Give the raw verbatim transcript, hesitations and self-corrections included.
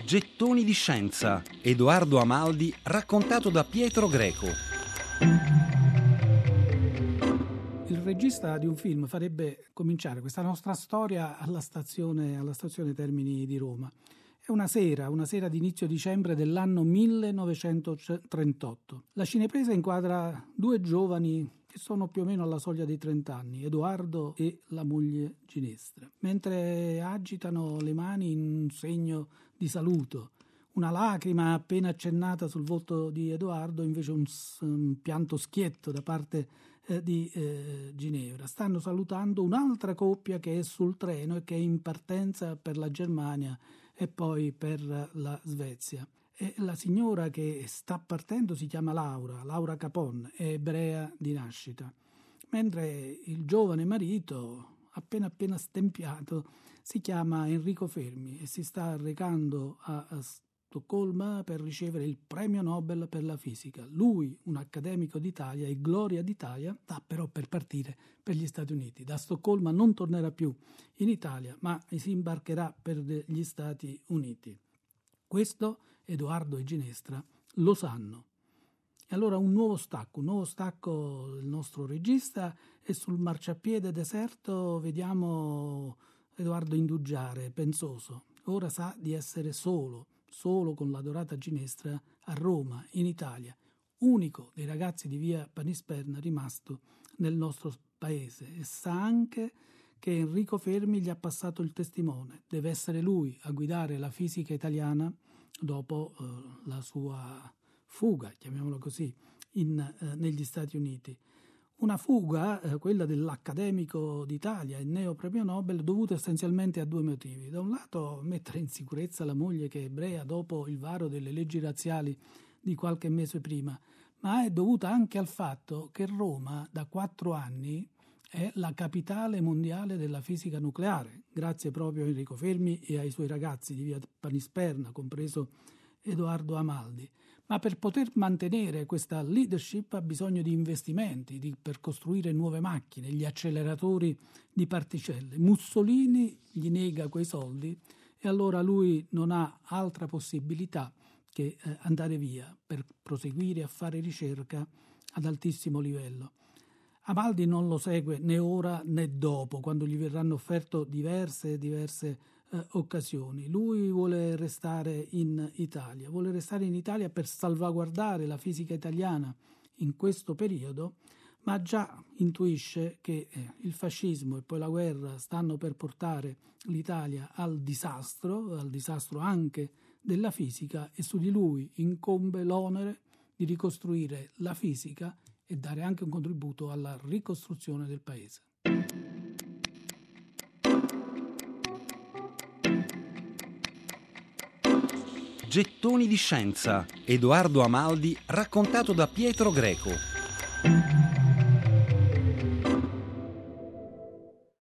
Gettoni di scienza. Edoardo Amaldi raccontato da Pietro Greco. Il regista di un film farebbe cominciare questa nostra storia alla stazione, alla stazione Termini di Roma. È una sera, una sera di inizio dicembre dell'anno millenovecentotrentotto. La cinepresa inquadra due giovani che sono più o meno alla soglia dei trenta anni, Edoardo e la moglie Ginestra, mentre agitano le mani in segno di saluto. Una lacrima appena accennata sul volto di Edoardo, invece un, un pianto schietto da parte eh, di eh, Ginevra. Stanno salutando un'altra coppia che è sul treno e che è in partenza per la Germania e poi per la Svezia. E la signora che sta partendo si chiama Laura, Laura Capon, è ebrea di nascita, mentre il giovane marito, appena appena stempiato, si chiama Enrico Fermi e si sta recando a, a Stoccolma per ricevere il premio Nobel per la fisica. Lui, un accademico d'Italia e gloria d'Italia, sta però per partire per gli Stati Uniti. Da Stoccolma non tornerà più in Italia, ma si imbarcherà per gli Stati Uniti. Questo Edoardo e Ginestra lo sanno. E allora un nuovo stacco, un nuovo stacco del nostro regista, e sul marciapiede deserto vediamo Edoardo indugiare, pensoso. Ora sa di essere solo, solo con l'adorata Ginestra a Roma, in Italia, unico dei ragazzi di via Panisperna rimasto nel nostro paese, e sa anche che Enrico Fermi gli ha passato il testimone. Deve essere lui a guidare la fisica italiana dopo eh, la sua fuga, chiamiamolo così, in, eh, negli Stati Uniti. Una fuga, eh, quella dell'accademico d'Italia e neo premio Nobel, dovuta essenzialmente a due motivi. Da un lato mettere in sicurezza la moglie che è ebrea dopo il varo delle leggi razziali di qualche mese prima, ma è dovuta anche al fatto che Roma da quattro anni è la capitale mondiale della fisica nucleare, grazie proprio a Enrico Fermi e ai suoi ragazzi di via Panisperna, compreso Edoardo Amaldi. Ma per poter mantenere questa leadership ha bisogno di investimenti, di, per costruire nuove macchine, gli acceleratori di particelle. Mussolini gli nega quei soldi e allora lui non ha altra possibilità che eh, andare via per proseguire a fare ricerca ad altissimo livello. Amaldi non lo segue né ora né dopo, quando gli verranno offerte diverse diverse eh, occasioni. Lui vuole restare in Italia, vuole restare in Italia per salvaguardare la fisica italiana in questo periodo, ma già intuisce che eh, il fascismo e poi la guerra stanno per portare l'Italia al disastro, al disastro anche della fisica, e su di lui incombe l'onere di ricostruire la fisica e dare anche un contributo alla ricostruzione del paese. Gettoni di scienza. Edoardo Amaldi raccontato da Pietro Greco.